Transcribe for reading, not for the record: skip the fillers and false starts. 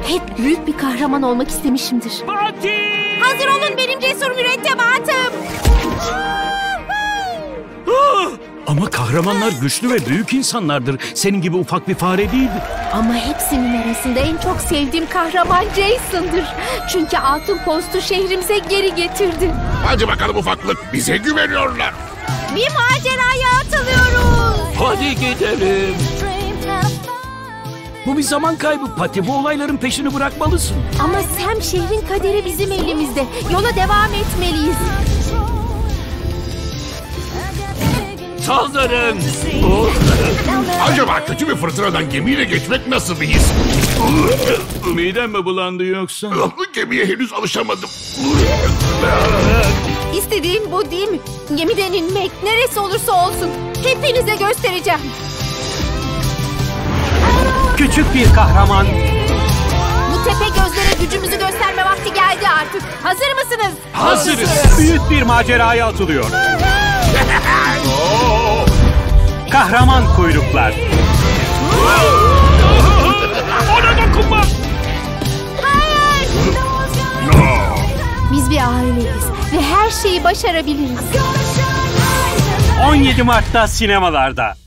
Hep büyük bir kahraman olmak istemişimdir. Fatih! Hazır olun benim cesur mürettebatım. Ama kahramanlar güçlü ve büyük insanlardır. Senin gibi ufak bir fare değildi. Ama hepsinin arasında en çok sevdiğim kahraman Jason'dır. Çünkü altın postu şehrimize geri getirdi. Hadi bakalım ufaklık, bize güveniyorlar. Bir maceraya atılıyoruz. Hadi gidelim. Bu bir zaman kaybı Pati. Bu olayların peşini bırakmalısın. Ama Sam, şehrin kaderi bizim elimizde. Yola devam etmeliyiz. Saldırın. Acaba kötü bir fırtınadan gemiyle geçmek nasıl bir his? Midem mi bulandı yoksa? Gemiye henüz alışamadım. İstediğin bu değil mi? Gemiden inmek, neresi olursa olsun. Hepinize göstereceğim. Küçük bir kahraman. Bu tepe gözlere gücümüzü gösterme vakti geldi artık. Hazır mısınız? Hazırız. Büyük bir maceraya atılıyor. Kahraman kuyruklar. Ona dokunma. Hayır! Biz bir aileyiz ve her şeyi başarabiliriz. 17 Mart'ta sinemalarda.